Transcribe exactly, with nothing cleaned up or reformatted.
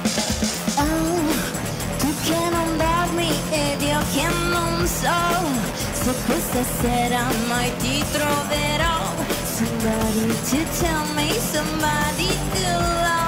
Oh, tu che non dormi ed io che non so se questa sera mai ti troverò. Somebody to tell me, somebody to love.